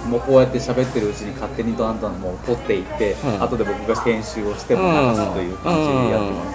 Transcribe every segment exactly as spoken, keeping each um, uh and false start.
もうこうやって喋ってるうちに勝手にだんだんもう撮っていって、うん、後で僕が編集をしても流すという感じでやってます。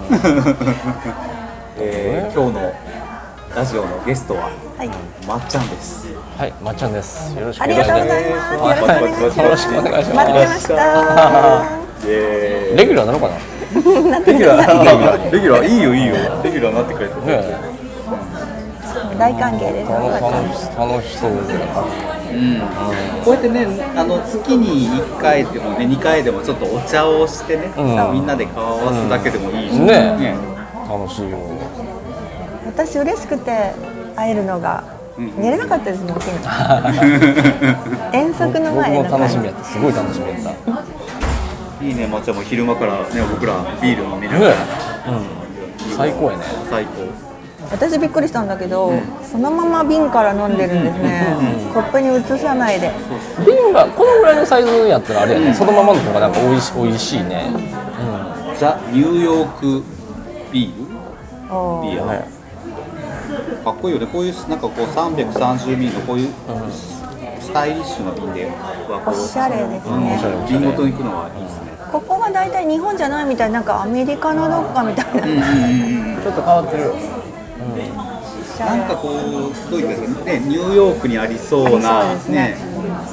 えー、今日のラジオのゲストは、はい、まっちゃんです。 はい、まっちゃんです。よろしくお願いします。よろしくお願いします。待ってました。 レギュラーなのかな？ レギュラー、レギュラーいいよいいよ。レギュラーになってくれて。 大歓迎です。 楽しそうですね。 うん、こうやってね、あの月にいっかいでもね、にかいでもちょっとお茶をしてね、うん、みんなで顔を合わすだけでもいいし、うん、ね、ね、 楽しいよ。 私嬉しくて会えるのが、うん、寝れなかったですもん、昨日。遠足の前。 僕も楽しみやった、すごい楽しみやった。 いいね、まっちゃんも昼間からね、僕らビール飲みながら、ね、 うん、最高やね。 最高。 私びっくりしたんだけど、うん、そのまま瓶から飲んでるんですね、うん、コップに移さないで。 瓶がこのぐらいのサイズやったらあれやね、うん、そのままの方がなんかおいし、おいしいね、うん、 ザ・ニューヨークビールビア、ね、かっこいいよね。こういうなんかこうさんびゃくさんじゅうミリのこういう、うん、スタイリッシュな瓶でおしゃれですね。 瓶ごと行くのはいいですね。 ここはだいたい日本じゃないみたい、なんかアメリカのどっかみたいな、うんうんうん、 ちょっと変わってる。 なんかこう、どういったんですかね、ニューヨークにありそうな、すね、ね、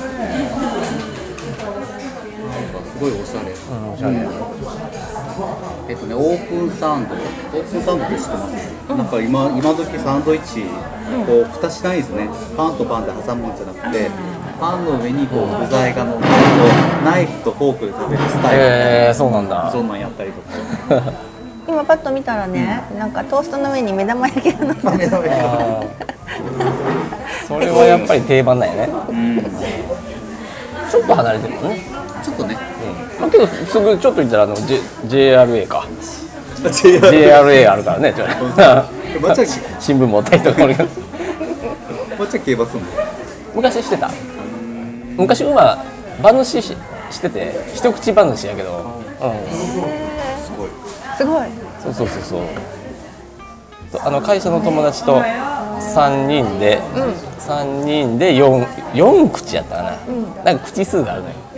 すごいおしゃれ、うん、おしゃれ、うん、えっとね、オープンサンド、オープンサンドって知ってます？うん、なんか今、今時サンドイッチ、こう蓋しないですね、パンとパンで挟むんじゃなくて、パンの上にこう具材が乗ってナイフとフォークで食べるスタイル、 えー、そうなんだ、 そんなんやったりとか。 今パッと見たらね、うん、なんかトーストの上に目玉焼きが乗ってる。 それはやっぱり定番だよね、うん、ちょっと離れてるのね、 ちょっとね、 うん、まあ、けどすぐちょっと行ったらあの、J、ジェイアールエー かジェイアールエー あるからね、新聞持ったりとか。 もうちょい競馬すんの？ 昔してた。昔馬馬主 し, してて一口馬主やけど、うん、 すごい。 そうそうそうそう。あの会社の友達とさんにんで、うん、さんにんで 4, 4口やったかな、うん、なんか口数があるのよ、うん、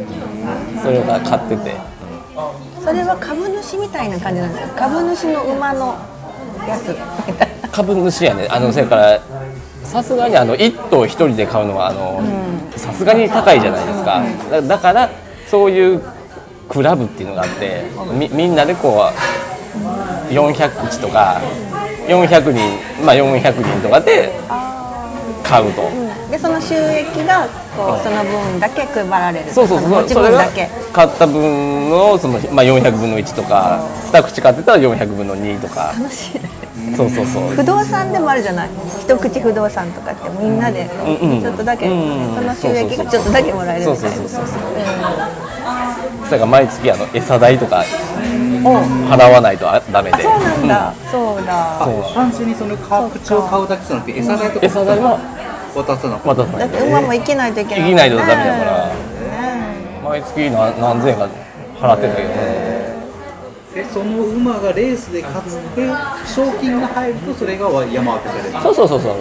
それが買ってて、 うん、それは株主みたいな感じなんですよ。株主の馬のやつ株主やね。あのそれからさすがにあのいっ頭ひとりで買うのはさすがに高いじゃないですか、うん、だ, だからそういうクラブっていうのがあって、 み, みんなでこうよんひゃく口とかよんひゃくにん、まあ、よんひゃくにんとかで買うと、うん、 でその収益がこうその分だけ配られる。 そうそうそう、 持ち分だけ買った分のその、まあ、よんひゃくぶんのいちとかに口買ってたらよんひゃくぶんのにとか。 楽しいね。 そうそうそう。 不動産でもあるじゃない、一口不動産とかってみんなでちょっとだけ、うんうん、その収益がちょっとだけもらえるみたいな。そうそうそうそう。 それから毎月あの餌代とかを払わないとダメで。 そうなんだ、うん、そうだ。 単純にその口を買うだけじゃなくて餌代とか餌代も渡さなくて。渡さない。 だって馬も生きないといけない、 生きないとダメだから、毎月何何千円か払ってんだけどね。 でその馬がレースで勝つって賞金が入るとそれが山分けされる。 そうそうそうそう。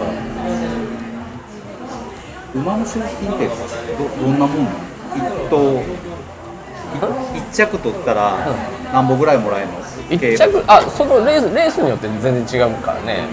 馬の賞金って ど, どんなもんなの？一頭一着取ったら何本ぐらいもらえるの？ 一着、あ、そのレースレースによって全然違うからね。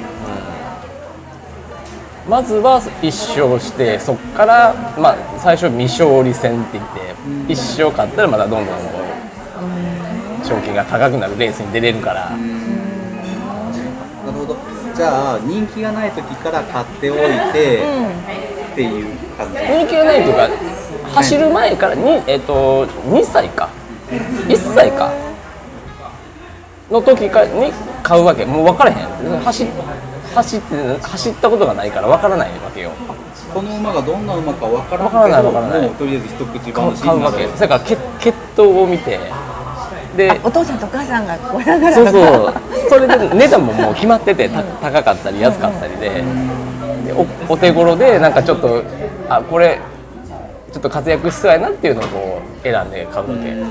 うん、まずは一勝してそこからまあ最初未勝利戦って言って一勝勝ったらまたどんどんどんどん賞金が高くなるレースに出れるから。なるほど。じゃあ人気がない時から買っておいて、うん、っていう感じ。 人気がないというか走る前からに、えっと、にさいかいっさいかの時かに買うわけ。もう分からへん。走, 走, って走ったことがないから分からないわけよ。 この馬がどんな馬か分からないけど、もうとりあえず一口話買うわけ。それから血統を見て、 でお父さんとお母さんがこれながらそうそう、それで値段ももう決まっててた高かったり安かったり で, で お, お手頃でなんかちょっとあこれちょっと活躍しそうやなっていうのをこう選んで買うわけ。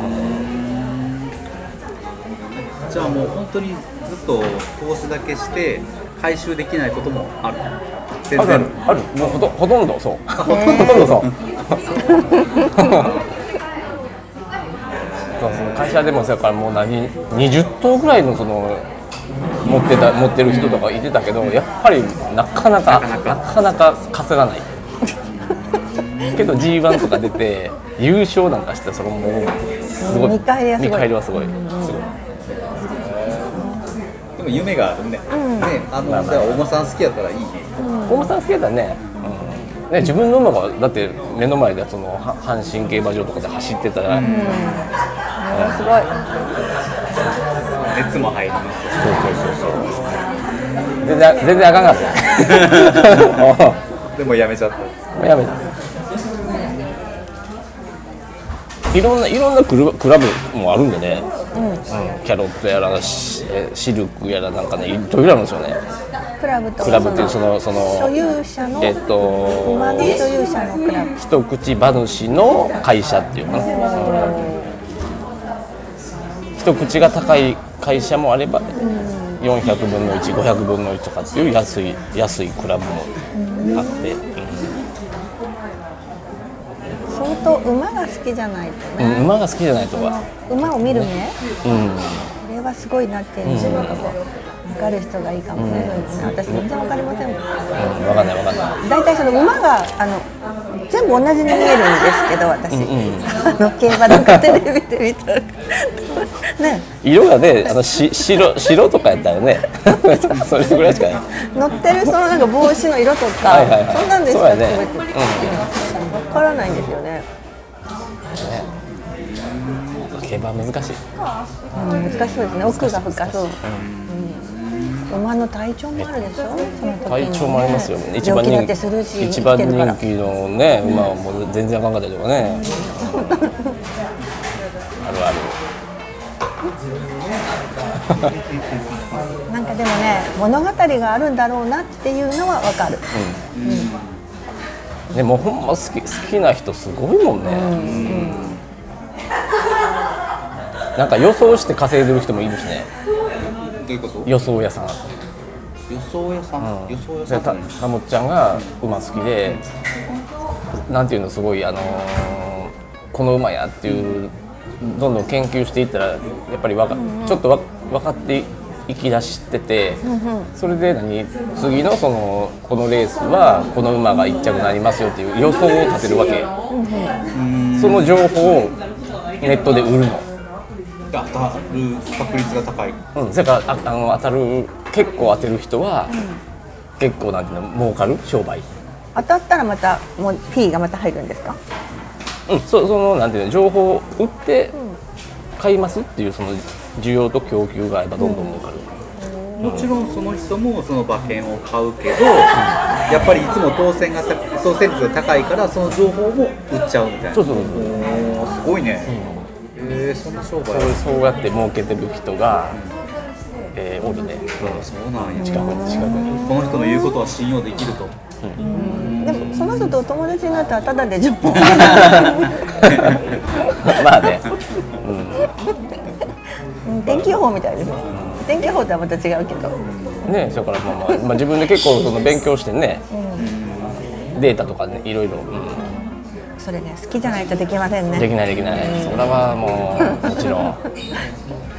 じゃあもう本当にずっと投資だけして回収できないこともある。 全然あるあるもうほとほとんどそうほとへーんどそうそうその会社でもそれからもう何にじゅっとうぐらいのその持ってた持ってる人とかいてたけど、やっぱりなかなかなかなか稼がないけど ジーワン とか出て優勝なんかしてそれもうすごい見返りはすごい見返りはすごい、すごいでも夢があるね。ね、あの、 まあまあじゃあ大間さん好きやったらいいね。 大間さん好きだったらね、うん、ね自分の馬がだって目の前でそのは阪神競馬場とかで走ってたら、うん、 すごい。 熱も入りますよ。 そうそうそうそう全然全然あかんかったでもやめちゃった。 もうやめたいろんないろんなクラブ、クラブもあるんでね、うんうん、キャロットやらシ、シルクやらなんかねいろいろあるんですよね。 クラブとクラブっていうそのその所有者のえっと馬の所有者のクラブ。 一口馬主の会社っていうかな、一口が高い会社もあれば、よんひゃくぶんのいち、ごひゃくぶんのいちとかっていう安い安いクラブもあって、うん相当馬が好きじゃないとね、 うん、馬が好きじゃないとは、 馬を見る目、 うんこれはすごいなっていうのをなんかこう分かる人がいいかもしれないですね。私全然分かりませんもん。 うん、分かんない分かんない。 大体その馬があの全部同じに見えるんですけど私、 うんうん、 あの競馬なんかテレビで見たらね色がねあのし白白とかやったらねそれぐらいしかない。 乗ってるそのなんか帽子の色とかはいはいはい、 そんなんでしかそうやね、 分からないんですよね。 うん、競馬難しい、 うん、難しそうですね。奥が深そう。うん、馬の体調もあるでしょ。その時にね、 体調もありますよね。一番人病気だってするし一番人生きてるから気のね馬はもう全然あかんかったりとかね。あるある。 なんかでもね物語があるんだろうなっていうのはわかる。 うんうんでもほんま好き好きな人すごいもんね、うんうん、なんか予想して稼いでる人もいるしね。 どういうこと？ 予想屋さん、 予想屋さん、うん、予想屋さん、 た, たもっちゃんが馬好きで、うん、なんていうのすごいあのー、この馬やっていうどんどん研究していったらやっぱりわか、うんうん、ちょっとわ分かっていき出してて、うんうん、それで何次のそのこのレースはこの馬がいっ着になりますよっていう予想を立てるわけ、うんうん、その情報をネットで売るの。 当たる確率が高い。 うん、それからああの当たる結構当てる人は、うん、結構なんていうの儲かる商売。 当たったらまたもうフィーがまた入るんですか？ うん、そ, そのなんていうの情報を売って買いますっていうその需要と供給があればどんどん儲かる。 うん、もちろんその人もその馬券を買うけど、やっぱりいつも当選が当選率が高いからその情報も売っちゃうみたいな。 そうそうそう。 おすごいね。うんえー、そんな商売そうそうやって儲けてる人が、うんえー、おるね、うん、 そうなんや。 近くに近くにこの人の言うことは信用できると、 うん、でもその人とお友達になったらただで情報まあね、 うん、天気予報みたいですね、うん、天気予報とはまた違うけどね、それからまあ、まあまあ、自分で結構その勉強してね、うん、データとかねいろいろ、うんそれね好きじゃないとできませんね。 できないできない、うん、それはもうもちろん